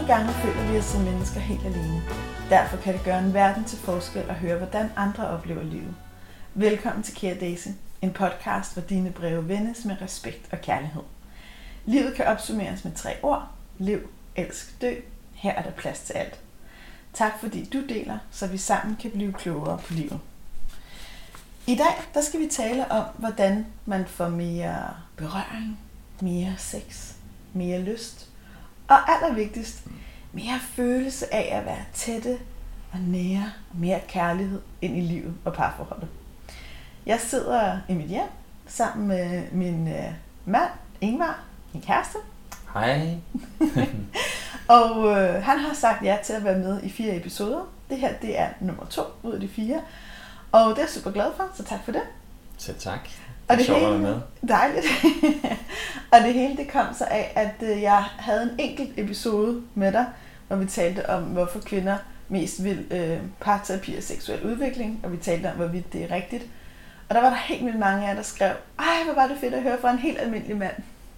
Nogle gange føler vi os som mennesker helt alene. Derfor kan det gøre en verden til forskel at høre, hvordan andre oplever livet. Velkommen til Kære Daisy, en podcast, hvor dine breve vendes med respekt og kærlighed. Livet kan opsummeres med 3 ord. Lev, elsk, dø. Her er der plads til alt. Tak fordi du deler, så vi sammen kan blive klogere på livet. I dag der skal vi tale om, hvordan man får mere berøring, mere sex, mere lyst og allervigtigst, mere følelse af at være tætte og nære og mere kærlighed ind i livet og parforholdet. Jeg sidder i mit hjem sammen med min mand, Ingvar, min kæreste. Hej. Og han har sagt ja til at være med i 4 episoder. Det her, det er nummer 2 ud af de 4. Og det er jeg super glad for, så tak for det. Selv tak. Og det sjovt hele, at være med. Dejligt. Og det hele, det kom så af, at jeg havde en enkelt episode med dig, hvor vi talte om, hvorfor kvinder mest vil parterapi og seksuel udvikling, og vi talte om, hvorvidt det er rigtigt. Og der var der helt vildt mange af jer, der skrev, ej, hvor var det fedt at høre fra en helt almindelig mand.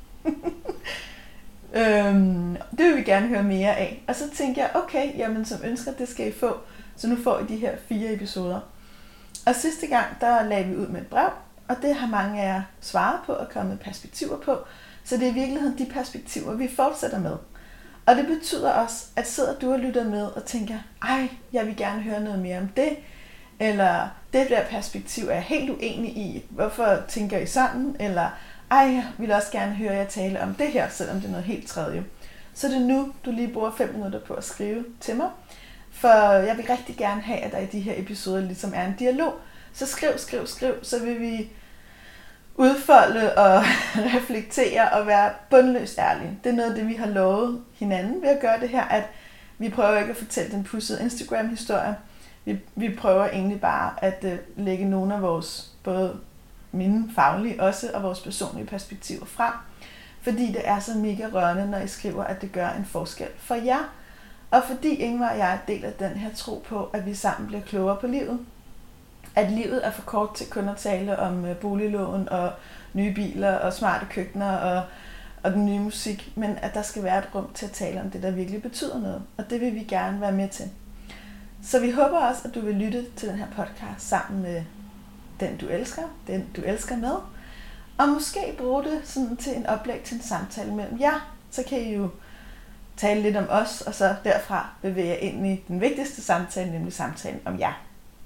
Det vil vi gerne høre mere af. Og så tænkte jeg, okay, jamen som ønsker, det skal I få. Så nu får I de her 4 episoder. Og sidste gang, der lagde vi ud med et brev, og det har mange af jer svaret på og kommet perspektiver på. Så det er i virkeligheden de perspektiver, vi fortsætter med. Og det betyder også, at sidder du og lytter med og tænker, ej, jeg vil gerne høre noget mere om det, eller det der perspektiv er jeg helt uenig i, hvorfor tænker I sådan, eller ej, jeg vil også gerne høre jer tale om det her, selvom det er noget helt tredje. Så det er nu, du lige bruger 5 minutter på at skrive til mig, for jeg vil rigtig gerne have, at der i de her episoder ligesom er en dialog. Så skriv, så vil vi udfolde og reflektere og være bundløst ærlige. Det er noget af det, vi har lovet hinanden ved at gøre det her, at vi prøver ikke at fortælle den pudsede Instagram-historie. Vi prøver egentlig bare at lægge nogle af vores, både mine faglige også, og vores personlige perspektiver frem. Fordi det er så mega rørende, når I skriver, at det gør en forskel for jer. Og fordi Ingvar og jeg deler den her tro på, at vi sammen bliver klogere på livet. At livet er for kort til kun at tale om boliglån og nye biler og smarte køkkener og den nye musik. Men at der skal være et rum til at tale om det, der virkelig betyder noget. Og det vil vi gerne være med til. Så vi håber også, at du vil lytte til den her podcast sammen med den du elsker med. Og måske bruge det sådan til en oplæg til en samtale mellem jer. Så kan I jo tale lidt om os, og så derfra bevæge jer ind i den vigtigste samtale, nemlig samtalen om jer.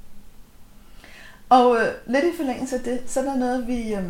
Og lidt i forlængelse af det, så er der noget,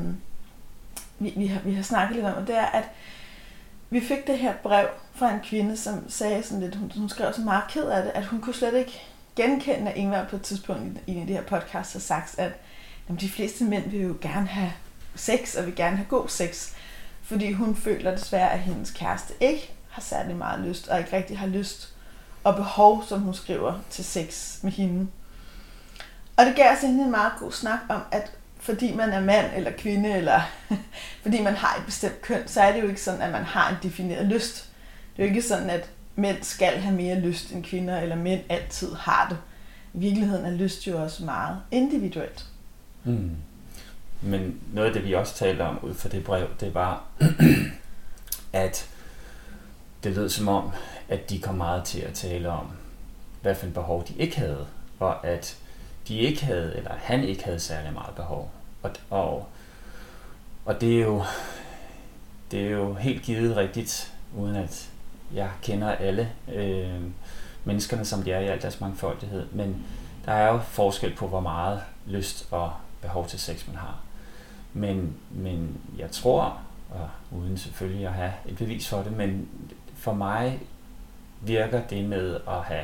vi har snakket lidt om, og det er, at vi fik det her brev fra en kvinde, som sagde sådan lidt, hun skrev så meget ked af det, at hun kunne slet ikke genkende, at Ingvar på et tidspunkt i en af de her podcasts har sagt, at de fleste mænd vil jo gerne have sex, og vil gerne have god sex, fordi hun føler desværre, at hendes kæreste ikke har særlig meget lyst, og ikke rigtig har lyst og behov, som hun skriver, til sex med hende. Og det gav os egentlig en meget god snak om, at fordi man er mand eller kvinde, eller fordi man har et bestemt køn, så er det jo ikke sådan, at man har en defineret lyst. Det er jo ikke sådan, at mænd skal have mere lyst end kvinder, eller mænd altid har det. I virkeligheden er lyst jo også meget individuelt. Mm. Men noget af det, vi også talte om ud fra det brev, det var, at det lød som om, at de kom meget til at tale om, hvad for en behov de ikke havde, og at de ikke havde, eller han ikke havde særlig meget behov. Og det er jo helt givet rigtigt, uden at jeg kender alle menneskerne, som de er i al deres mangfoldighed. Men der er jo forskel på, hvor meget lyst og behov til sex man har. Men jeg tror, og uden selvfølgelig at have et bevis for det, men for mig virker det med at have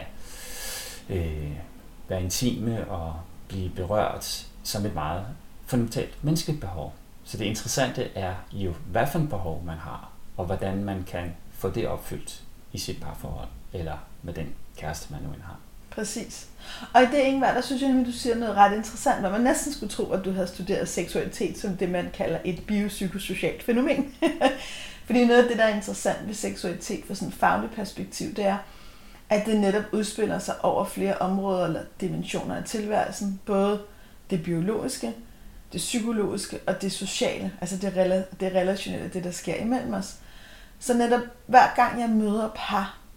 være intime og blive berørt som et meget fundamentalt menneskeligt behov. Så det interessante er jo, hvad for et behov man har, og hvordan man kan få det opfyldt i sit parforhold, eller med den kæreste, man nu end har. Præcis. Og i det, Ingvar, der synes jeg nemlig, du siger noget ret interessant, hvor man næsten skulle tro, at du havde studeret seksualitet som det, man kalder et biopsykosocialt fænomen. Fordi noget af det, der er interessant ved seksualitet fra sådan et fagligt perspektiv, det er, at det netop udspiller sig over flere områder eller dimensioner af tilværelsen. Både det biologiske, det psykologiske og det sociale, altså det relationelle, det der sker imellem os. Så netop hver gang jeg møder par,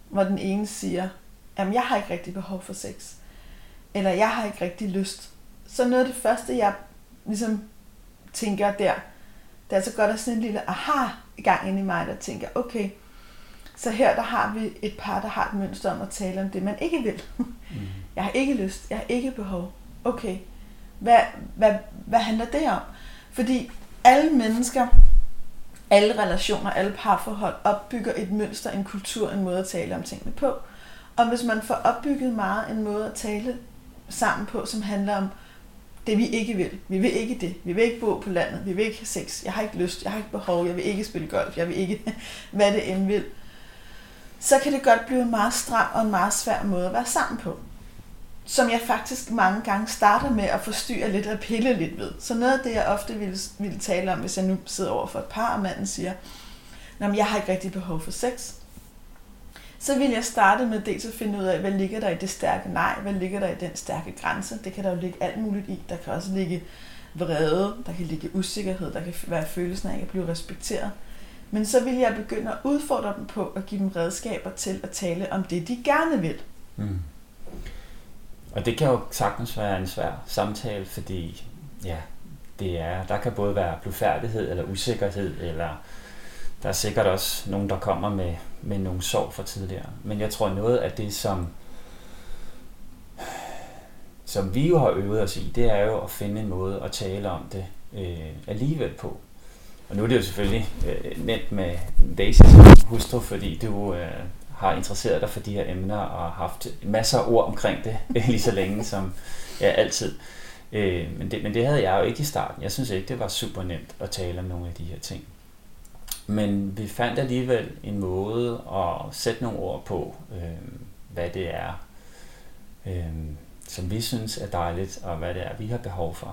hvor den ene siger, jamen jeg har ikke rigtig behov for sex, eller jeg har ikke rigtig lyst, så noget af det første, jeg ligesom tænker der, det er så godt at sådan en lille aha i gang ind i mig, der tænker, okay, så her der har vi et par, der har et mønster om at tale om det, man ikke vil. Jeg har ikke lyst, jeg har ikke behov. Okay, hvad handler det om? Fordi alle mennesker, alle relationer, alle parforhold opbygger et mønster, en kultur, en måde at tale om tingene på. Og hvis man får opbygget meget en måde at tale sammen på, som handler om det, vi ikke vil. Vi vil ikke det. Vi vil ikke bo på landet. Vi vil ikke have sex. Jeg har ikke lyst. Jeg har ikke behov. Jeg vil ikke spille golf. Jeg vil ikke, hvad det end vil. Så kan det godt blive en meget stram og en meget svær måde at være sammen på. Som jeg faktisk mange gange starter med at forstyrre lidt og pille lidt ved. Så noget af det, jeg ofte ville tale om, hvis jeg nu sidder over for et par, og manden siger, men jeg har ikke rigtig behov for sex. Så vil jeg starte med dels at finde ud af, hvad ligger der i det stærke nej, hvad ligger der i den stærke grænse. Det kan der jo ligge alt muligt i. Der kan også ligge vrede, der kan ligge usikkerhed, der kan være følelsen af ikke at blive respekteret. Men så vil jeg begynde at udfordre dem på at give dem redskaber til at tale om det, de gerne vil. Mm. Og det kan jo sagtens være en svær samtale, fordi ja, der kan både være blufærdighed eller usikkerhed, eller der er sikkert også nogen, der kommer med nogle sorg fra tidligere. Men jeg tror, noget af det, som vi jo har øvet os i, det er jo at finde en måde at tale om det alligevel på. Og nu er det jo selvfølgelig nemt med Daisy som hustru, fordi du har interesseret dig for de her emner og haft masser af ord omkring det lige så længe som altid. Men det havde jeg jo ikke i starten. Jeg synes ikke, det var super nemt at tale om nogle af de her ting. Men vi fandt alligevel en måde at sætte nogle ord på, hvad det er, som vi synes er dejligt, og hvad det er, vi har behov for.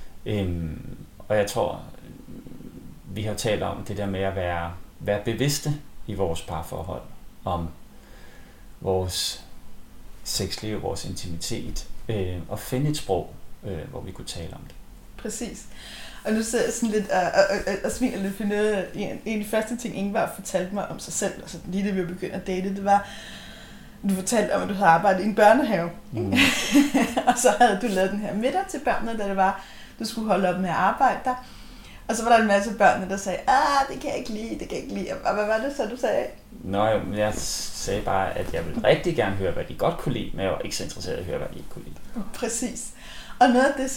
Og jeg tror, vi har talt om det der med at være bevidste i vores parforhold, om vores sexliv, vores intimitet, og finde et sprog, hvor vi kunne tale om det. Præcis. Og nu sidder jeg sådan lidt og smiler lidt, for noget, en af de første ting, Ingvar fortalte mig om sig selv, altså lige da vi begyndte at date, det var, du fortalte om, at du havde arbejdet i en børnehave. Mm. Og så havde du lavet den her middag til børnene, da det var, du skulle holde op med at arbejde der. Og så var der en masse børnene, der sagde, det kan jeg ikke lide, Og hvad var det så, du sagde? Nå jo, men jeg sagde bare, at jeg ville rigtig gerne høre, hvad de godt kunne lide, men jeg var ikke så interesseret i at høre, hvad de ikke kunne lide. Præcis. Og noget af det,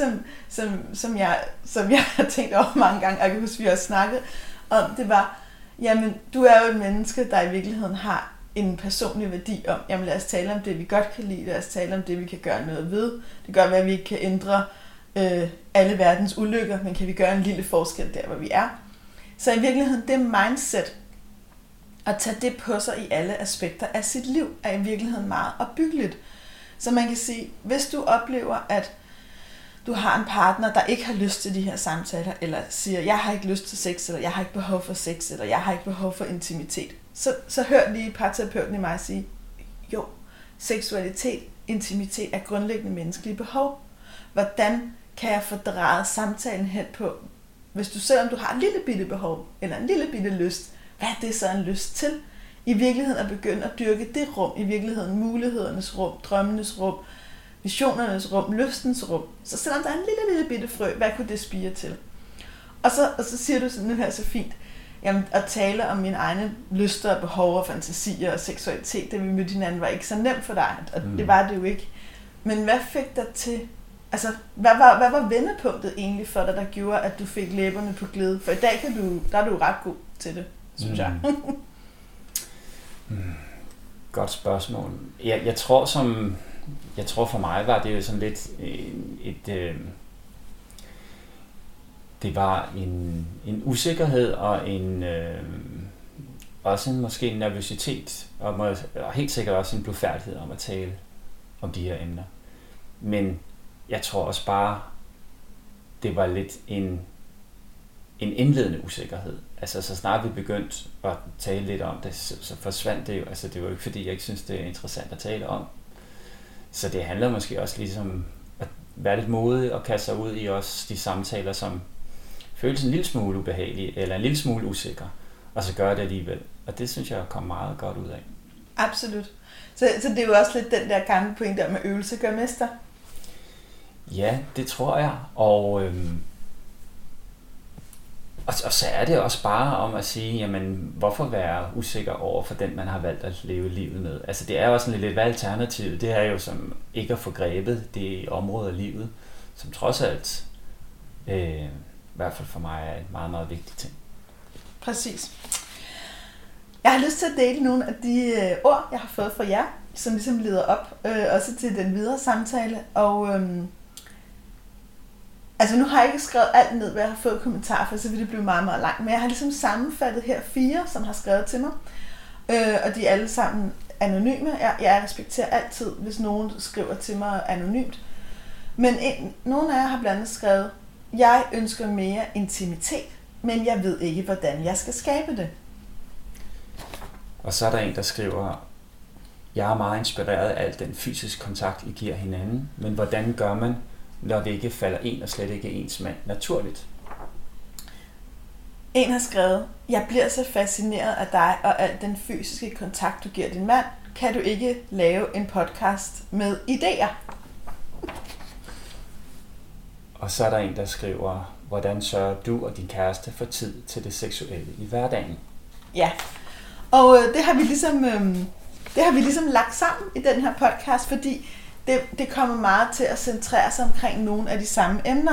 som jeg har tænkt over mange gange, og jeg kan huske, vi har snakket om, det var, jamen, du er jo et menneske, der i virkeligheden har en personlig værdi om, jamen lad os tale om det, vi godt kan lide, lad os tale om det, vi kan gøre noget ved. Det kan godt være, at vi ikke kan ændre alle verdens ulykker, men kan vi gøre en lille forskel der, hvor vi er. Så i virkeligheden, det mindset, at tage det på sig i alle aspekter af sit liv, er i virkeligheden meget opbyggeligt. Så man kan sige, hvis du oplever, at du har en partner, der ikke har lyst til de her samtaler, eller siger, jeg har ikke lyst til sex, eller jeg har ikke behov for sex, eller jeg har ikke behov for intimitet, så hør lige parterapeuten i mig sige, jo, seksualitet, intimitet er grundlæggende menneskelige behov. Hvordan kan jeg få drejet samtalen hen på, hvis du selvom du har et lille bitte behov, eller en lille bitte lyst, hvad er det så en lyst til? I virkeligheden at begynde at dyrke det rum, i virkeligheden mulighedernes rum, drømmenes rum, visionernes rum, lystens rum. Så selvom der er en lille bitte frø, hvad kunne det spire til? Og så siger du sådan her så fint, jamen at tale om mine egne lyster og behov og fantasier og seksualitet, da vi mødte hinanden, var ikke så nemt for dig, og det var det jo ikke. Men hvad fik dig til, altså hvad var vendepunktet egentlig for dig, der gjorde, at du fik læberne på glæde? For i dag der er du ret god til det, synes jeg. Godt spørgsmål. Jeg tror for mig var det jo sådan lidt det var en usikkerhed og også måske en nervøsitet og helt sikkert også en blufærdighed om at tale om de her emner. Men jeg tror også bare, det var lidt en indledende usikkerhed. Altså så snart vi begyndte at tale lidt om det, så forsvandt det jo. Altså det var jo ikke fordi, jeg ikke synes, det er interessant at tale om. Så det handler måske også ligesom at være lidt modig og kaste sig ud i også de samtaler, som føles en lille smule ubehagelige eller en lille smule usikre, og så gøre det alligevel. Og det synes jeg kom meget godt ud af. Absolut. Så det er jo også lidt den der gamle pointe om, at øvelse gør mester. Ja, det tror jeg. Og så er det også bare om at sige, jamen, hvorfor være usikker over for den, man har valgt at leve livet med? Altså, det er jo også lidt, hvad alternativet? Det er jo som ikke at få grebet det område af livet, som trods alt, i hvert fald for mig, er en meget, meget vigtig ting. Præcis. Jeg har lyst til at dele nogle af de ord, jeg har fået fra jer, som ligesom leder op, også til den videre samtale. Og altså nu har jeg ikke skrevet alt ned, hvad jeg har fået kommentarer for, så vil det blive meget, meget langt. Men jeg har ligesom sammenfattet her 4, som har skrevet til mig. Og de er alle sammen anonyme. Jeg respekterer altid, hvis nogen skriver til mig anonymt. Men nogle af jer har blandt andet skrevet, jeg ønsker mere intimitet, men jeg ved ikke, hvordan jeg skal skabe det. Og så er der en, der skriver, jeg er meget inspireret af al den fysiske kontakt, I giver hinanden, men hvordan gør man, når det ikke falder en og slet ikke ens mand naturligt? En har skrevet, jeg bliver så fascineret af dig og al den fysiske kontakt, du giver din mand. Kan du ikke lave en podcast med idéer? Og så er der en, der skriver, hvordan sørger du og din kæreste for tid til det seksuelle i hverdagen? Ja, og det har vi ligesom lagt sammen i den her podcast, fordi det kommer meget til at centrere sig omkring nogle af de samme emner.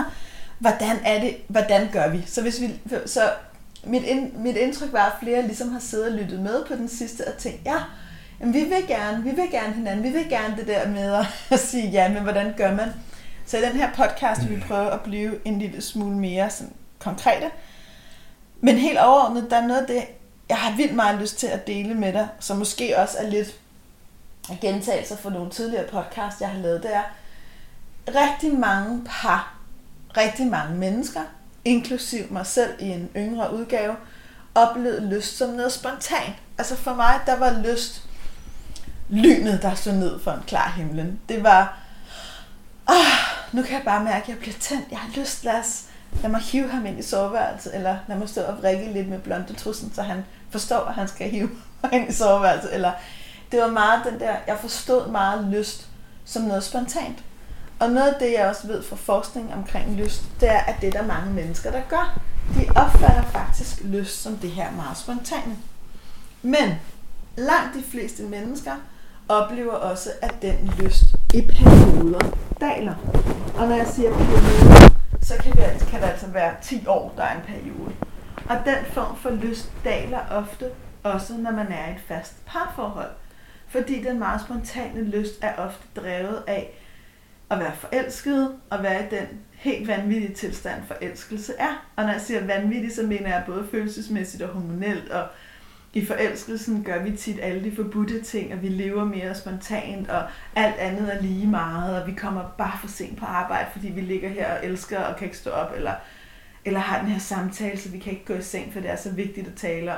Hvordan gør vi? Så mit indtryk var, at flere ligesom har siddet og lyttet med på den sidste og tænkt, ja, jamen, vi vil gerne hinanden, vi vil gerne det der med at sige ja, men hvordan gør man? Så i den her podcast vil vi prøve at blive en lille smule mere sådan konkrete. Men helt overordnet, der er noget af det, jeg har vildt meget lyst til at dele med dig, som måske også er lidt gentagelser for nogle tidligere podcasts, jeg har lavet. Det er rigtig mange par, rigtig mange mennesker, inklusiv mig selv i en yngre udgave, oplevede lyst som noget spontant. Altså for mig, der var lyst lynet, der stod ned for en klar himlen. Det var, nu kan jeg bare mærke, at jeg bliver tændt. Jeg har lyst, lad mig hive ham ind i soveværelset, eller lad mig stå og vrikke lidt med blondetrussen, så han forstår, at han skal hive mig ind i soveværelset. Eller det var meget den der, jeg forstod meget lyst som noget spontant. Og noget af det, jeg også ved fra forskning omkring lyst, det er, at det er der mange mennesker, der gør. De opfatter faktisk lyst som det her meget spontane. Men langt de fleste mennesker oplever også, at den lyst i perioder daler. Og når jeg siger perioder, så kan det altså være 10 år, der er en periode. Og den form for lyst daler ofte også, når man er i et fast parforhold. Fordi den meget spontane lyst er ofte drevet af at være forelsket og være i den helt vanvittige tilstand, forelskelse er. Og når jeg siger vanvittig, så mener jeg både følelsesmæssigt og hormonelt. Og i forelskelsen gør vi tit alle de forbudte ting, og vi lever mere spontant, og alt andet er lige meget, og vi kommer bare for sent på arbejde, fordi vi ligger her og elsker og kan ikke stå op, eller har den her samtale, så vi kan ikke gå i seng, for det er så vigtigt at tale om.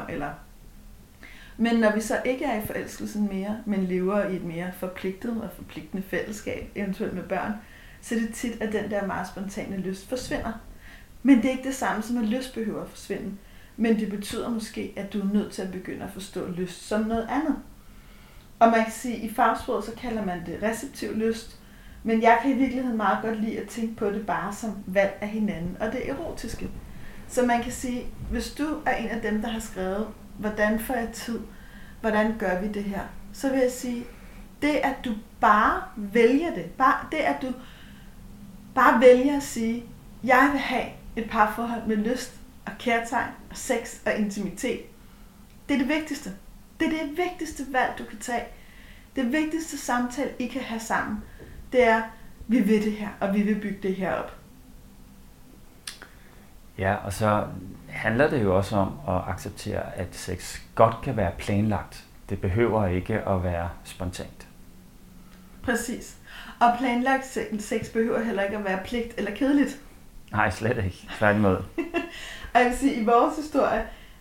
Men når vi så ikke er i forelskelsen mere, men lever i et mere forpligtet og forpligtende fællesskab, eventuelt med børn, så er det tit, at den der meget spontane lyst forsvinder. Men det er ikke det samme som, at lyst behøver at forsvinde. Men det betyder måske, at du er nødt til at begynde at forstå lyst som noget andet. Og man kan sige, at i fagsproget så kalder man det receptiv lyst, men jeg kan i virkeligheden meget godt lide at tænke på det bare som valg af hinanden og det erotiske. Så man kan sige, hvis du er en af dem, der har skrevet, hvordan får jeg tid, hvordan gør vi det her, så vil jeg sige, det at du bare vælger det, det at du bare vælger at sige, jeg vil have et parforhold med lyst og kærtegn og sex og intimitet, det er det vigtigste. Det er det vigtigste valg, du kan tage. Det vigtigste samtale, I kan have sammen, det er, vi vil det her, og vi vil bygge det her op. Ja, og så handler det jo også om at acceptere, at sex godt kan være planlagt. Det behøver ikke at være spontant. Præcis. Og planlagt sex behøver heller ikke at være pligt eller kedeligt. Nej, slet ikke. Tværtimod. Og jeg vil sige, i vores historie,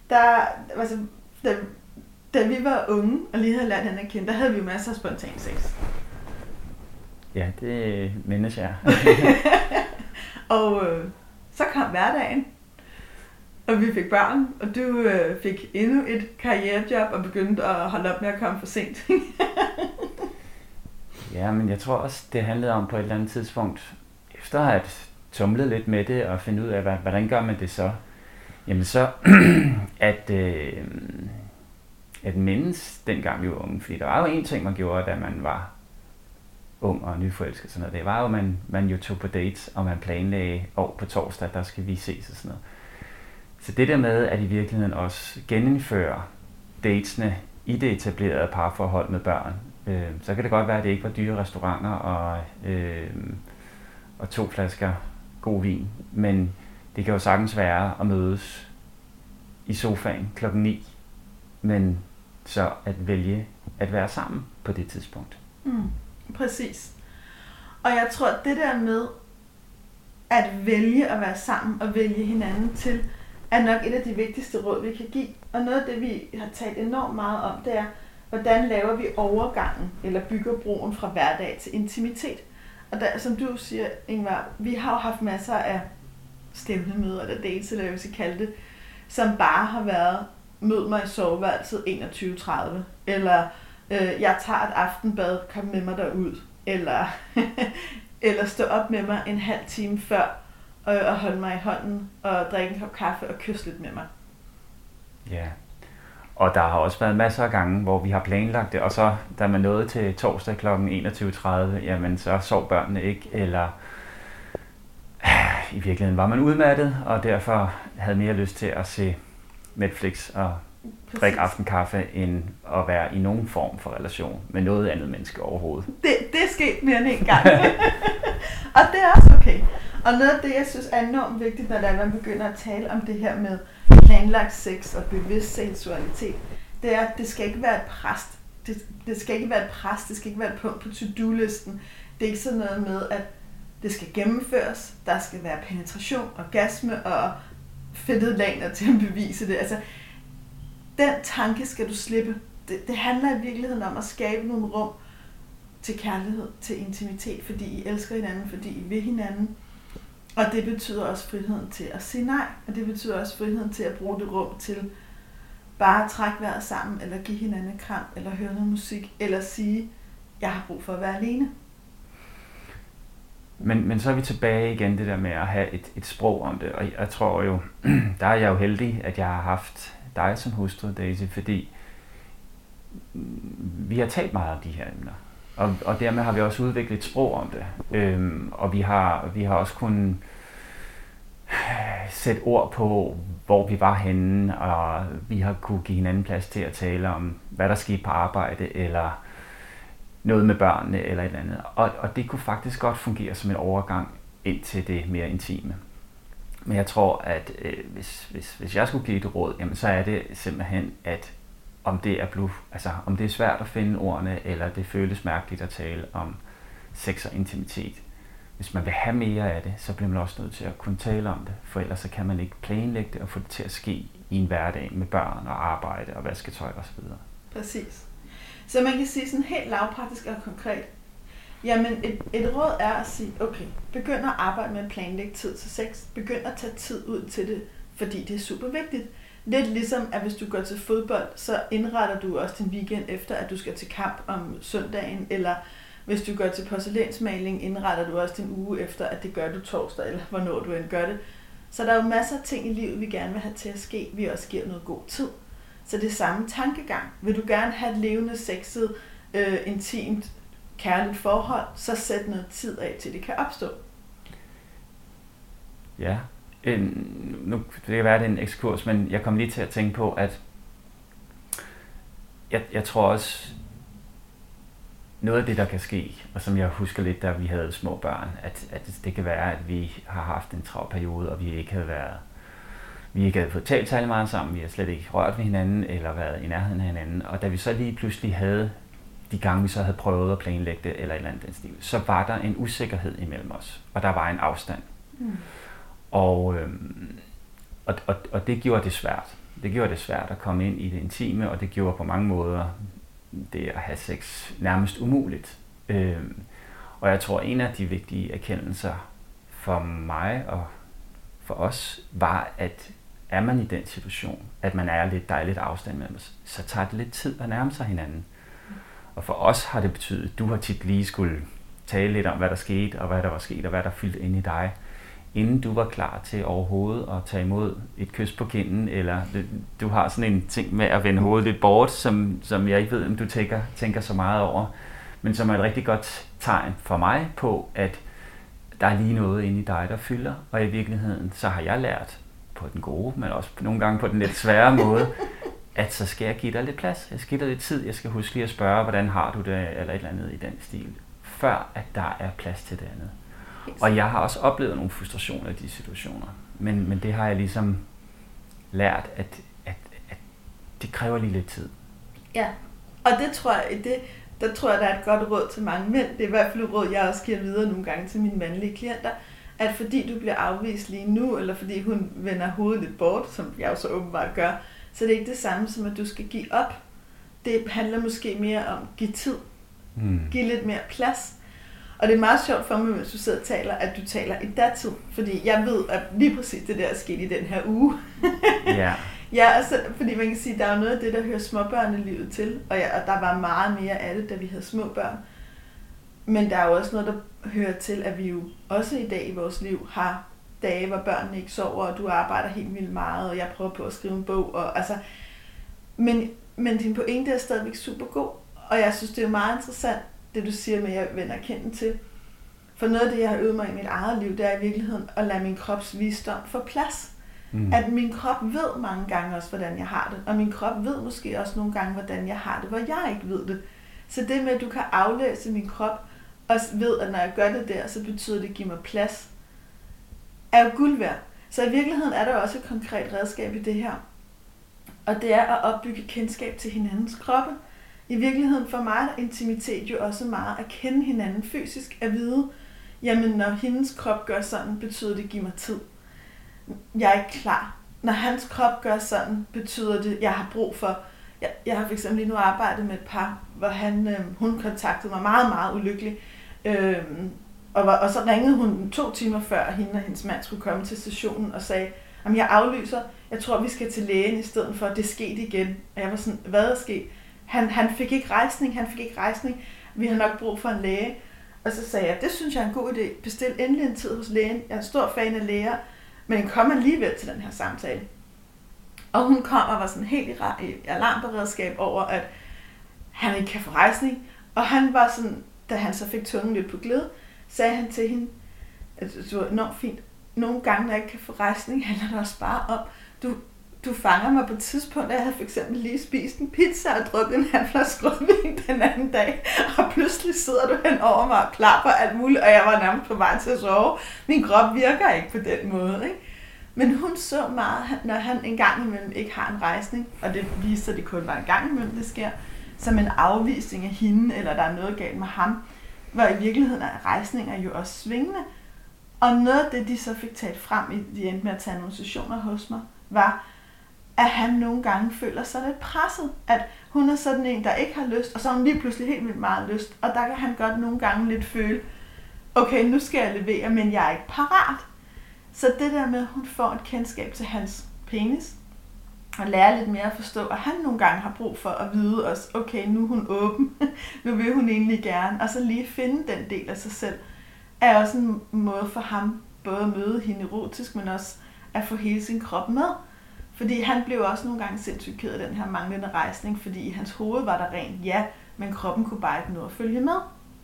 da vi var unge og lige havde lært hende at kende, der havde vi jo masser af spontan sex. Ja, det mindes jeg. Og så kom hverdagen. og vi fik børn, og du fik endnu et karrierejob og begyndte at holde op med at komme for sent. Ja, men jeg tror også, det handlede om på et eller andet tidspunkt, efter at have tumlet lidt med det og finde ud af, hvordan gør man det så? Jamen så, at mindes dengang vi var unge, fordi der var jo en ting, man gjorde, da man var ung og nyforelsket, sådan noget. Det var jo, man jo tog på dates, og man planlagde, på torsdag, der skal vi ses og sådan noget. Så det der med, at i virkeligheden også genindføre datesne i det etablerede parforhold med børn, så kan det godt være, at det ikke var dyre restauranter og 2 flasker god vin, men det kan jo sagtens være at mødes i sofaen 9:00, men så at vælge at være sammen på det tidspunkt. Præcis. Og jeg tror, at det der med at vælge at være sammen og vælge hinanden til, er nok et af de vigtigste råd, vi kan give. Og noget af det, vi har talt enormt meget om, det er, hvordan laver vi overgangen, eller bygger broen fra hverdag til intimitet. Og der, som du siger, Ingvar, vi har jo haft masser af stævnemøder, eller dates, eller hvad vi skal kalde det, som bare har været, mød mig i soveværelset 21:30, eller jeg tager et aftenbad, kom med mig derud, eller stå op med mig en halv time før, og holde mig i hånden, og drikke en kop kaffe og kysse lidt med mig. Ja, og der har også været masser af gange, hvor vi har planlagt det, og så da man nåede til torsdag kl. 21:30, jamen så sov børnene ikke, eller i virkeligheden var man udmattet, og derfor havde mere lyst til at se Netflix og drikke aftenkaffe, end at være i nogen form for relation med noget andet menneske overhovedet. Det er sket mere end en gang. Og det er også okay. Og noget af det, jeg synes er enormt vigtigt, når man begynder at tale om det her med planlagt sex og bevidst seksualitet, det er, at det skal ikke være et pres. Det skal ikke være et pres, det skal ikke være et punkt på to-do-listen. Det er ikke sådan noget med, at det skal gennemføres, der skal være penetration, orgasme og fedtede laner til at bevise det. Altså, den tanke skal du slippe. Det handler i virkeligheden om at skabe nogle rum til kærlighed, til intimitet, fordi I elsker hinanden, fordi I vil hinanden. Og det betyder også friheden til at sige nej, og det betyder også friheden til at bruge det rum til bare at trække vejret sammen, eller give hinanden et kram, eller høre noget musik, eller sige, jeg har brug for at være alene. Men så er vi tilbage igen det der med at have et sprog om det, og jeg tror jo, der er jeg jo heldig, at jeg har haft dig som hustru, Daisy, fordi vi har talt meget om de her emner, og dermed har vi også udviklet et sprog om det, og vi har også kunnet sætte ord på, hvor vi var henne, og vi har kunne give hinanden plads til at tale om, hvad der skete på arbejde, eller noget med børnene, eller et eller andet. Og det kunne faktisk godt fungere som en overgang ind til det mere intime. Men jeg tror, at hvis jeg skulle give et råd, jamen, så er det simpelthen, at om det er svært at finde ordene, eller det føles mærkeligt at tale om sex og intimitet. Hvis man vil have mere af det, så bliver man også nødt til at kunne tale om det, for ellers så kan man ikke planlægge det og få det til at ske i en hverdag med børn og arbejde og vasketøj osv. Præcis. Så man kan sige sådan helt lavpraktisk og konkret, jamen et råd er at sige, okay, begynd at arbejde med at planlægge tid til sex, begynd at tage tid ud til det, fordi det er super vigtigt. Lidt ligesom, at hvis du går til fodbold, så indretter du også din weekend efter, at du skal til kamp om søndagen, eller hvis du går til porcelænsmaling, indretter du også din uge efter, at det gør du torsdag, eller hvornår du end gør det. Så der er jo masser af ting i livet, vi gerne vil have til at ske, vi også giver noget god tid. Så det er samme tankegang. Vil du gerne have et levende, sexet, intimt, kærligt forhold, så sæt noget tid af, til det kan opstå. Ja, nu det kan være, det er en ekskurs, men jeg kom lige til at tænke på, at jeg tror også, noget af det, der kan ske, og som jeg husker lidt, da vi havde små børn, at det kan være, at vi har haft en travl periode, og vi ikke havde fået talt særlig meget sammen, vi har slet ikke rørt ved hinanden, eller været i nærheden af hinanden, og da vi så lige pludselig havde, de gange vi så havde prøvet at planlægge det, eller et eller andet den stil, så var der en usikkerhed imellem os, og der var en afstand. Og det gjorde det svært. Det gjorde det svært at komme ind i det intime, og det gjorde på mange måder det at have sex nærmest umuligt. Og jeg tror, en af de vigtige erkendelser for mig og for os, var, at er man i den situation, at man er lidt dejligt afstand med dem, så tager det lidt tid at nærme sig hinanden. Og for os har det betydet, at du har tit lige skulle tale lidt om, hvad der skete, og hvad der var sket, og hvad der fyldte ind i dig, inden du var klar til overhovedet at tage imod et kys på kinden, eller du har sådan en ting med at vende hovedet lidt bort, som jeg ikke ved, om du tænker så meget over, men som er et rigtig godt tegn for mig på, at der er lige noget inde i dig, der fylder, og i virkeligheden, så har jeg lært på den gode, men også nogle gange på den lidt svære måde, at så skal jeg give dig lidt plads, jeg skal give dig lidt tid, jeg skal huske lige at spørge, hvordan har du det, eller et eller andet i den stil, før at der er plads til det andet. Og jeg har også oplevet nogle frustrationer i de situationer, men det har jeg ligesom lært, at det kræver lige lidt tid. Ja, og det tror jeg, der tror jeg, der er et godt råd til mange mænd. Det er i hvert fald et råd, jeg også giver videre nogle gange til mine mandlige klienter, at fordi du bliver afvist lige nu, eller fordi hun vender hovedet lidt bort, som jeg jo så åbenbart gør, så det er ikke det samme som, at du skal give op. Det handler måske mere om at give tid. Give lidt mere plads. Og det er meget sjovt for mig, hvis du sidder og taler, at du taler i datid. Fordi jeg ved, at lige præcis det der er sket i den her uge. Ja. Ja, altså, fordi man kan sige, at der er jo noget af det, der hører småbørnelivet til. Og der var meget mere af det, da vi havde små børn. Men der er jo også noget, der hører til, at vi jo også i dag i vores liv har dage, hvor børnene ikke sover, og du arbejder helt vildt meget, og jeg prøver på at skrive en bog. Og, altså, men din pointe er stadigvæk super god. Og jeg synes, det er meget interessant, det du siger med, at jeg vender kinden til. For noget af det, jeg har øvet mig i mit eget liv, det er i virkeligheden at lade min krops visdom få plads. At min krop ved mange gange også, hvordan jeg har det. Og min krop ved måske også nogle gange, hvordan jeg har det, hvor jeg ikke ved det. Så det med, at du kan aflæse min krop, og ved, at når jeg gør det der, så betyder det at give mig plads, er jo guld værd. Så i virkeligheden er der også et konkret redskab i det her. Og det er at opbygge kendskab til hinandens kroppe. I virkeligheden for mig er intimitet jo også meget at kende hinanden fysisk, at vide, jamen når hendes krop gør sådan, betyder det, give mig tid. Jeg er ikke klar. Når hans krop gør sådan, betyder det, jeg har brug for. Jeg har fx lige nu arbejdet med et par, hvor hun kontaktede mig meget, meget ulykkelig. Og så ringede hun 2 timer før, hende og hendes mand skulle komme til stationen og sagde, at jeg aflyser, jeg tror vi skal til lægen i stedet for, at det skete igen. Og jeg var sådan, hvad er sket? Han fik ikke rejsning, vi har nok brug for en læge. Og så sagde jeg, det synes jeg er en god idé, bestil endelig en tid hos lægen, jeg er en stor fan af læger, men kom alligevel til den her samtale. Og hun kom og var sådan helt i alarmberedskab over, at han ikke kan få rejsning. Og han var sådan, da han så fik tungen lidt på glid, sagde han til hende, at det var enormt fint. Nogle gange, når jeg ikke kan få rejsning, handler det også bare om, du fanger mig på et tidspunkt, at jeg havde for eksempel lige spist en pizza og drukket en halv flaske rødvin den anden dag, og pludselig sidder du hen over mig og klar på alt muligt, og jeg var nærmest på vej til at sove. Min krop virker ikke på den måde, ikke? Men hun så meget, når han en gang imellem ikke har en rejsning, og det viser, at det kun var en gang imellem, det sker, som en afvisning af hende, eller der er noget galt med ham, hvor i virkeligheden er rejsninger jo også svingende. Og noget af det, de så fik talt frem, de endte med at tage nogle sessioner hos mig, var, at han nogle gange føler sig lidt presset. At hun er sådan en, der ikke har lyst, og så har hun lige pludselig helt vildt meget lyst. Og der kan han godt nogle gange lidt føle, okay, nu skal jeg levere, men jeg er ikke parat. Så det der med, at hun får et kendskab til hans penis, og lærer lidt mere at forstå, at han nogle gange har brug for at vide også, okay, nu er hun åben, nu vil hun egentlig gerne, og så lige finde den del af sig selv, er også en måde for ham, både at møde hende erotisk, men også at få hele sin krop med. Fordi han blev også nogle gange sindssygt ked af den her manglende rejsning, fordi i hans hoved var der rent ja, men kroppen kunne bare ikke nå at følge med.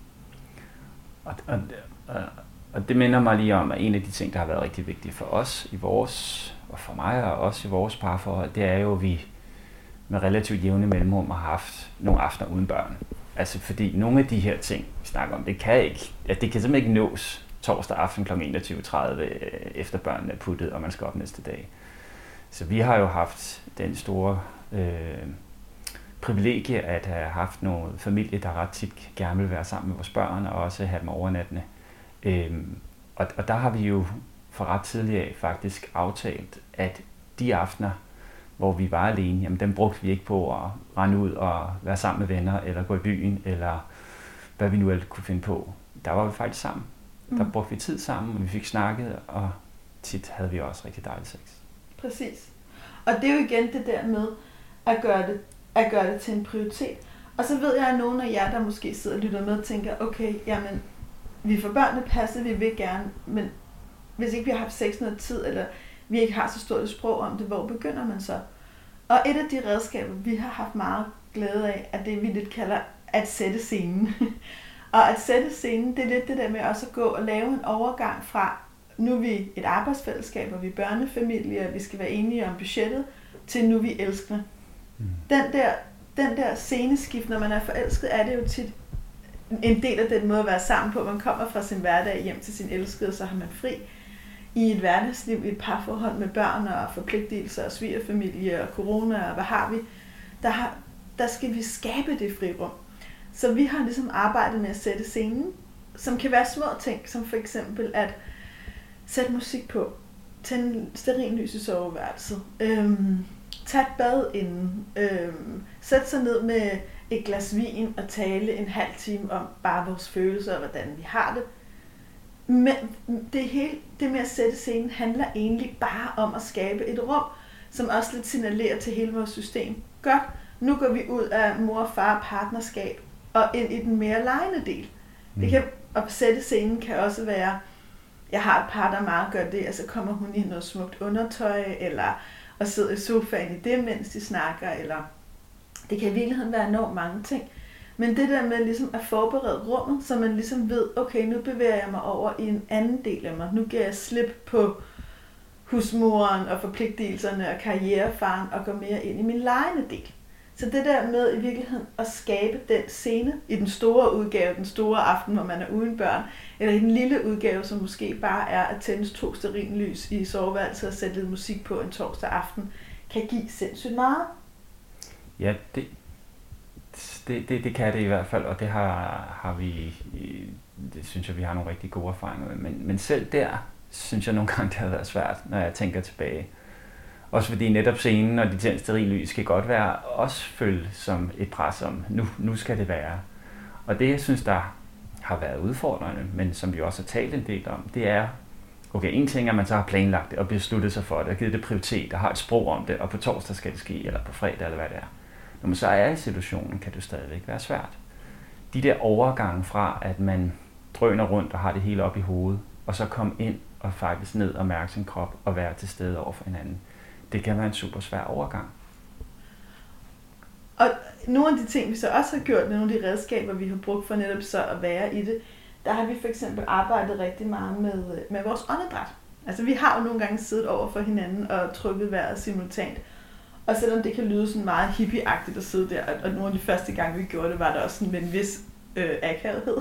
Og det minder mig lige om, at en af de ting, der har været rigtig vigtige for os i vores, og for mig og også i vores parforhold, det er jo, at vi med relativt jævne mellemrum har haft nogle aftener uden børn. Altså fordi nogle af de her ting, vi snakker om, det kan simpelthen ikke nås torsdag aften kl. 21.30 efter børnene er puttet, og man skal op næste dag. Så vi har jo haft den store privilegie at have haft nogle familie, der ret tit gerne vil være sammen med vores børn, og også have dem overnattende. Og der har vi jo fra ret tidligt af faktisk aftalt, at de aftener, hvor vi var alene, jamen dem brugte vi ikke på at rende ud og være sammen med venner, eller gå i byen, eller hvad vi nu ellers kunne finde på. Der var vi faktisk sammen. Der brugte vi tid sammen, og vi fik snakket, og tit havde vi også rigtig dejlig sex. Præcis. Og det er jo igen det der med at gøre det til en prioritet. Og så ved jeg, at nogle af jer, der måske sidder og lytter med, og tænker, okay, jamen, vi får børnene passet, vi vil gerne, men hvis ikke vi har haft sex noget tid, eller vi ikke har så stort et sprog om det, hvor begynder man så? Og et af de redskaber, vi har haft meget glæde af, er det, vi lidt kalder at sætte scenen. Og at sætte scenen, det er lidt det der med også at gå og lave en overgang fra, nu er vi et arbejdsfællesskab, og vi er børnefamilie, og vi skal være enige om budgettet, til nu er vi elskende. Den der sceneskift, når man er forelsket, er det jo tit en del af den måde at være sammen på. Man kommer fra sin hverdag hjem til sin elskede, og så har man fri. I et hverdagsliv, i et parforhold med børn og forpligtelser og svigerfamilie og corona og hvad har vi, der skal vi skabe det frirum. Så vi har ligesom arbejdet med at sætte scenen, som kan være små ting, som for eksempel at sætte musik på, tænde stearinlys i soveværelset, tage et bad inden, sætte sig ned med et glas vin og tale en halv time om bare vores følelser og hvordan vi har det. Men det med at sætte scenen handler egentlig bare om at skabe et rum, som også lidt signalerer til hele vores system. Godt, nu går vi ud af mor og far partnerskab og ind i den mere legende del. Det kan, at sætte scenen kan også være, jeg har et par, der meget gør det, og så kommer hun i noget smukt undertøj, eller og sidder i sofaen i det, mens de snakker, eller det kan i virkeligheden være enormt mange ting. Men det der med ligesom at forberede rummet, så man ligesom ved, okay, nu bevæger jeg mig over i en anden del af mig. Nu giver jeg slip på husmoren og forpligtelserne og karrierefaren og går mere ind i min legende del. Så det der med i virkeligheden at skabe den scene i den store udgave, den store aften, hvor man er uden børn, eller i den lille udgave, som måske bare er at tænde 2 stearinlys i soveværelset og sætte lidt musik på en torsdag aften, kan give sindssygt meget. Ja, det kan det i hvert fald, og det har vi, det synes jeg, vi har nogle rigtig gode erfaringer med. Men selv der synes jeg nogle gange, det har været svært, når jeg tænker tilbage. Også fordi netop scenen og de tændte stearinlys kan godt være også følt som et pres om, nu skal det være. Og det, jeg synes, der har været udfordrende, men som vi også har talt en del om, det er, okay, en ting er, at man så har planlagt det og besluttet sig for det, og givet det prioritet og har et sprog om det, og på torsdag skal det ske, eller på fredag, eller hvad det er. Når man så er i situationen, kan det stadigvæk være svært. De der overgange fra, at man drøner rundt og har det hele op i hovedet, og så komme ind og faktisk ned og mærke sin krop og være til stede over for hinanden, det kan være en super svær overgang. Og nogle af de ting, vi så også har gjort, nogle af de redskaber, vi har brugt for netop så at være i det, der har vi for eksempel arbejdet rigtig meget med vores åndedræt. Altså vi har jo nogle gange siddet over for hinanden og trykket vejret simultant. Og selvom det kan lyde sådan meget hippieagtigt at sidde der, og nogle af de første gange, vi gjorde det, var der også sådan med en vis akavighed.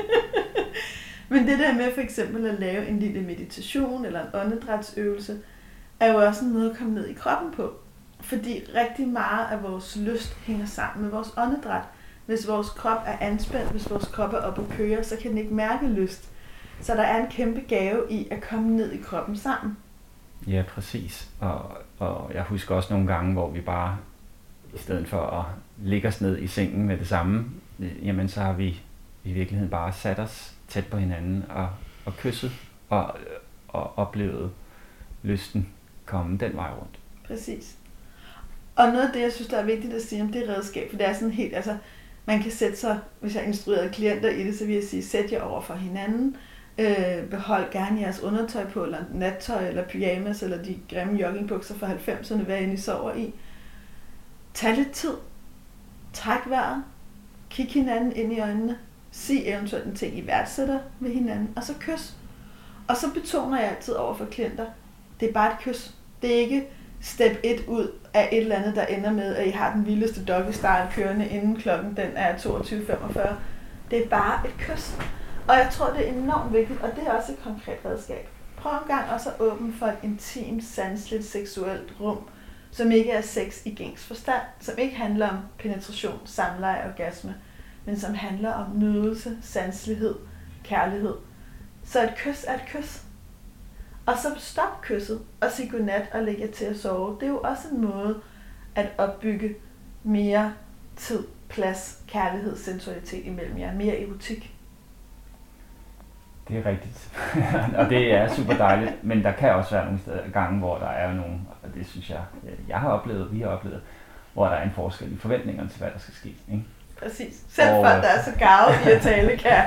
Men det der med for eksempel at lave en lille meditation eller en åndedrætsøvelse, er jo også noget at komme ned i kroppen på. Fordi rigtig meget af vores lyst hænger sammen med vores åndedræt. Hvis vores krop er anspændt, hvis vores krop er oppe at køre, så kan den ikke mærke lyst. Så der er en kæmpe gave i at komme ned i kroppen sammen. Ja, præcis. Og jeg husker også nogle gange, hvor vi bare, i stedet for at ligge os ned i sengen med det samme, jamen så har vi i virkeligheden bare sat os tæt på hinanden og kysset og oplevet lysten komme den vej rundt. Præcis. Og noget af det, jeg synes, der er vigtigt at sige om det redskab, for det er sådan helt, altså man kan sætte sig, hvis jeg instruerer klienter i det, så vil jeg sige, sæt jer over for hinanden, behold gerne jeres undertøj på, eller nattøj, eller pyjamas, eller de grimme joggingbukser fra 90'erne, hvad end I sover i. Tag lidt tid. Træk vejret. Kig hinanden ind i øjnene. Sig eventuelt en ting, I værdsætter ved hinanden, og så kys. Og så betoner jeg altid over for klienter, det er bare et kys. Det er ikke step 1 ud af et eller andet, der ender med, at I har den vildeste doggy style kørende, inden klokken den er 22.45. Det er bare et kys. Og jeg tror, det er enormt vigtigt, og det er også et konkret redskab. Prøv en gang også at åbne for et intimt, sanseligt, seksuelt rum, som ikke er sex i gængs forstand, som ikke handler om penetration, samleje og orgasme, men som handler om nydelse, sanselighed, kærlighed. Så et kys er et kys. Og så stop kysset og sig godnat og læg jer til at sove. Det er jo også en måde at opbygge mere tid, plads, kærlighed, sensualitet imellem jer. Mere erotik. Det er rigtigt. Og det er super dejligt, men der kan også være nogle gange, hvor der er nogle, og det synes jeg har oplevet, vi har oplevet, hvor der er en forskel i forventningerne til, hvad der skal ske. Ikke? Præcis. Selv folk, der er så garvet i at tale, kan.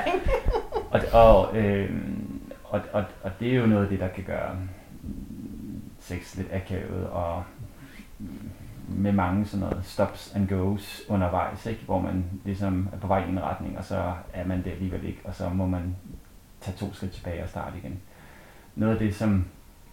Og det er jo noget af det, der kan gøre sex lidt akavet, og med mange sådan noget stops and goes undervejs, ikke? Hvor man ligesom er på vej i en retning, og så er man der alligevel ikke, og så må man tage 2 skridt tilbage og starte igen. Noget af det, som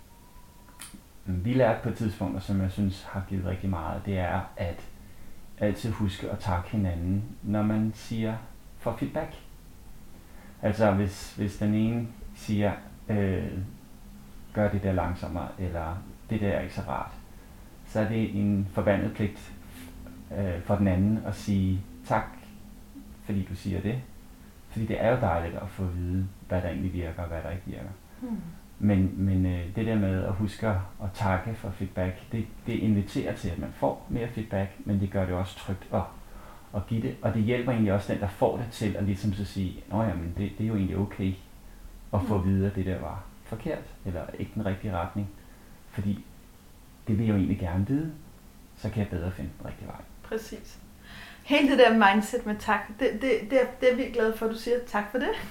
vi lærte på et tidspunkt, og som jeg synes har givet rigtig meget, det er at altid huske at takke hinanden, når man siger for feedback. Altså hvis den ene siger, gør det der langsommere, eller det der er ikke så rart, så er det en forbandet pligt for den anden at sige tak, fordi du siger det. Fordi det er jo dejligt at få at vide, hvad der egentlig virker og hvad der ikke virker. Men det der med at huske at takke for feedback, det inviterer til, at man får mere feedback, men det gør det også trygt at give det. Og det hjælper egentlig også den, der får det til at ligesom så sige, nå jamen, det er jo egentlig okay at få at vide, at det der var forkert, eller ikke den rigtige retning. Fordi det vil jeg jo egentlig gerne vide, så kan jeg bedre finde den rigtige vej. Præcis. Hele det der mindset med tak, det er vi glade for, at du siger tak for det.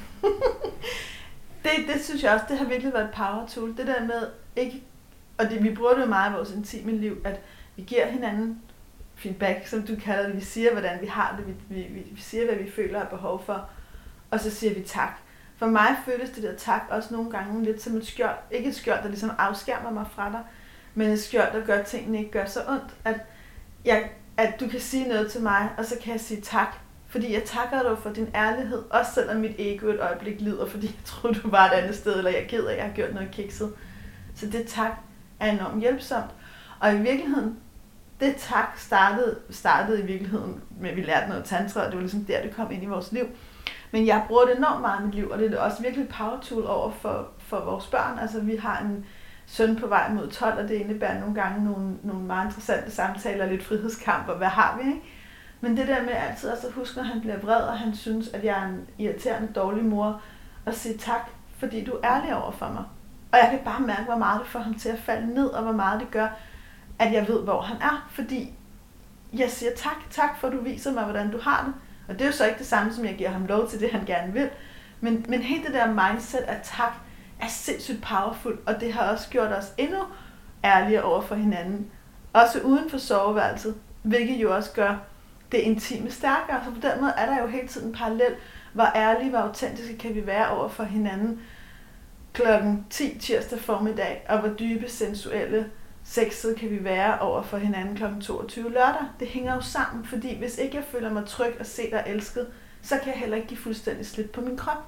det synes jeg også, det har virkelig været et power tool. Det der med, ikke, og det, vi bruger det jo meget i vores intime liv, at vi giver hinanden feedback, som du kalder det. Vi siger, hvordan vi har det. Vi siger, hvad vi føler og behov for. Og så siger vi tak. For mig føles det der tak også nogle gange lidt som et skjold. Ikke et skjold, der ligesom afskærmer mig fra dig, men et skjold, der gør, at tingene ikke gør så ondt. At du kan sige noget til mig, og så kan jeg sige tak. Fordi jeg takker dig for din ærlighed, også selvom mit ego et øjeblik lider, fordi jeg troede, du var et andet sted, eller jeg er ked af, at jeg har gjort noget kikset. Så det tak er enormt hjælpsomt. Og i virkeligheden, det tak startede i virkeligheden med, at vi lærte noget tantra, og det var ligesom der, det kom ind i vores liv. Men jeg bruger det enormt meget i mit liv, og det er også virkelig et power tool over for vores børn. Altså vi har en søn på vej mod 12, og det indebærer nogle gange nogle meget interessante samtaler, lidt frihedskamp, og hvad har vi, ikke? Men det der med altid også at huske, når han bliver vred, og han synes, at jeg er en irriterende, dårlig mor, og sige tak, fordi du er ærlig over for mig. Og jeg kan bare mærke, hvor meget det får ham til at falde ned, og hvor meget det gør, at jeg ved, hvor han er. Fordi jeg siger tak for at du viser mig, hvordan du har det. Og det er jo så ikke det samme, som jeg giver ham lov til det, han gerne vil. Men helt det der mindset af tak, er sindssygt powerful, og det har også gjort os endnu ærligere over for hinanden. Også uden for soveværelset, hvilket jo også gør det intime stærkere. Så på den måde er der jo hele tiden en parallel. Hvor ærlige, hvor autentiske kan vi være over for hinanden klokken 10 tirsdag formiddag, og hvor dybe, sensuelle, sexede kan vi være over for hinanden klokken 22 lørdag. Det hænger jo sammen, fordi hvis ikke jeg føler mig tryg og set og elsket, så kan jeg heller ikke give fuldstændig slip på min krop.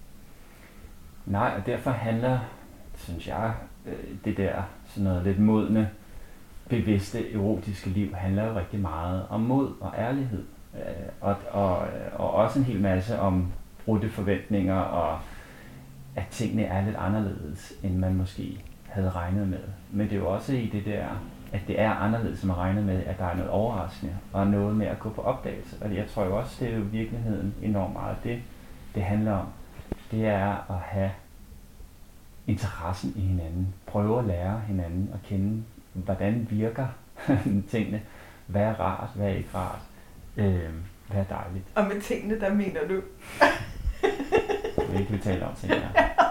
Nej, og derfor handler, synes jeg, det der sådan noget lidt modne, bevidste, erotiske liv handler jo rigtig meget om mod og ærlighed. Og også en hel masse om brudte forventninger, og at tingene er lidt anderledes, end man måske havde regnet med. Men det er jo også i det der, at det er anderledes, som man regner med, at der er noget overraskende, og noget med at gå på opdagelse. Og jeg tror jo også, det er jo i virkeligheden enormt meget det handler om. Det er at have interessen i hinanden. Prøve at lære hinanden at kende, hvordan virker tingene. Hvad er rart, hvad er ikke rart. Hvad er dejligt. Og med tingene, der mener du? Det er ikke, vi taler om tingene.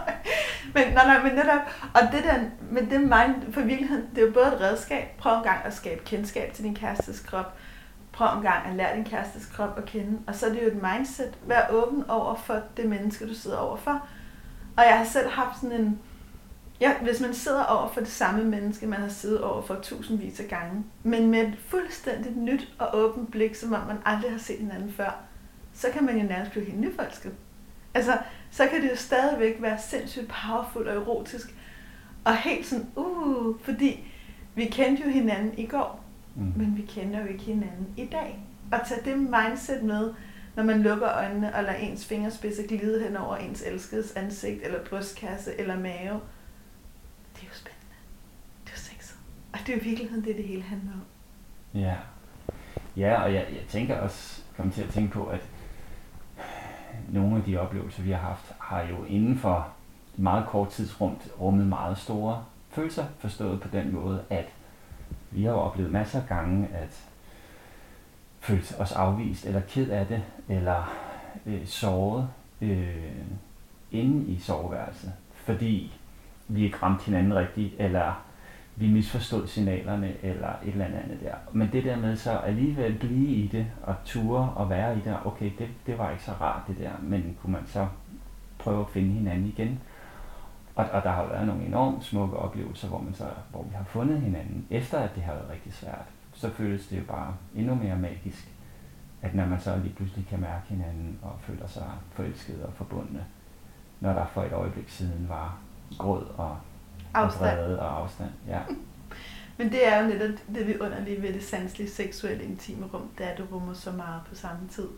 Men netop, og det der, men det mind, for virkeligheden, det er jo både et redskab. Prøv en gang at skabe kendskab til din kærestes krop. Prøv en gang at lære din kærestes krop at kende. Og så er det jo et mindset. Vær åben over for det menneske, du sidder overfor. Og jeg har selv haft sådan en, hvis man sidder over for det samme menneske, man har siddet over for tusindvis af gange, men med et fuldstændigt nyt og åbent blik, som om man aldrig har set hinanden før, så kan man jo nærmest blive helt nyforelsket. Altså, så kan det jo stadigvæk være sindssygt powerful og erotisk, og helt sådan, fordi vi kendte jo hinanden i går, men vi kender jo ikke hinanden i dag. Og tage det mindset med, når man lukker øjnene og lader ens fingerspidser glide hen over ens elskedes ansigt, eller brystkasse, eller mave. Det er jo spændende. Det er jo sexet. Og det er jo i virkeligheden det hele handler om. Ja, og jeg tænker også, kommer til at tænke på, at nogle af de oplevelser, vi har haft, har jo inden for meget kort tidsrum rummet meget store følelser, forstået på den måde, at vi har jo oplevet masser af gange at føle os afvist, eller ked af det, eller såret inde i soveværelset, fordi vi ikke ramte hinanden rigtigt, eller vi misforstod signalerne, eller et eller andet der. Men det der med så alligevel blive i det, og ture og være i det, okay, det var ikke så rart det der, men kunne man så prøve at finde hinanden igen. Og der har været nogle enormt smukke oplevelser, hvor vi har fundet hinanden, efter at det har været rigtig svært. Så føles det jo bare endnu mere magisk, at når man så lige pludselig kan mærke hinanden og føler sig forelskede og forbundne, når der for et øjeblik siden var gråd og vrede og afstand. Ja. Men det er jo netop det vidunderlige ved det sanselige, seksuelle, intime rum, det er, at du rummer så meget på samme tid.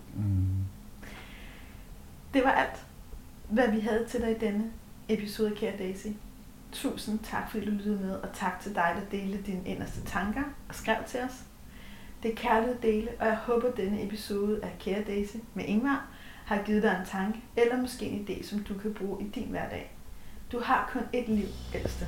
Det var alt, hvad vi havde til dig i denne episode af Kære Daisy. Tusind tak, fordi du lyttede med, og tak til dig, der delte dine inderste tanker og skrev til os. Det er kærlighed at dele, og jeg håber, at denne episode af Kære Daisy med Ingvar har givet dig en tanke, eller måske en idé, som du kan bruge i din hverdag. Du har kun et liv, ældste.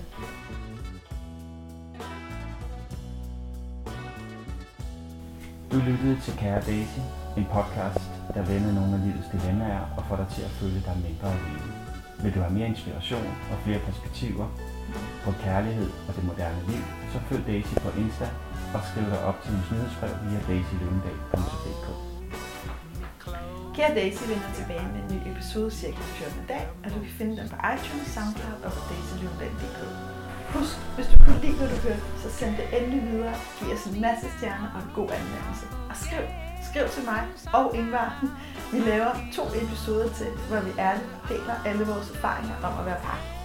Du lyttede til Kære Daisy, en podcast, der vender nogle af livets dilemmaer og får dig til at føle dig mindre alene. Vil du have mere inspiration og flere perspektiver på kærlighed og det moderne liv, så følg Daisy på Insta og skriv dig op til hendes nyhedsbrev via daisyløvendal.dk. Kære Daisy vender tilbage med en ny episode cirka 14. dag, og du kan finde den på iTunes, SoundCloud og på daisyløvendal.dk. Husk, hvis du kunne lide, hvad du hørte, så send det endelig videre, giv os en masse stjerner og en god anmeldelse. Og skriv til mig og Ingvar. Vi laver 2 episoder til, hvor vi ærligt deler alle vores erfaringer om at være par.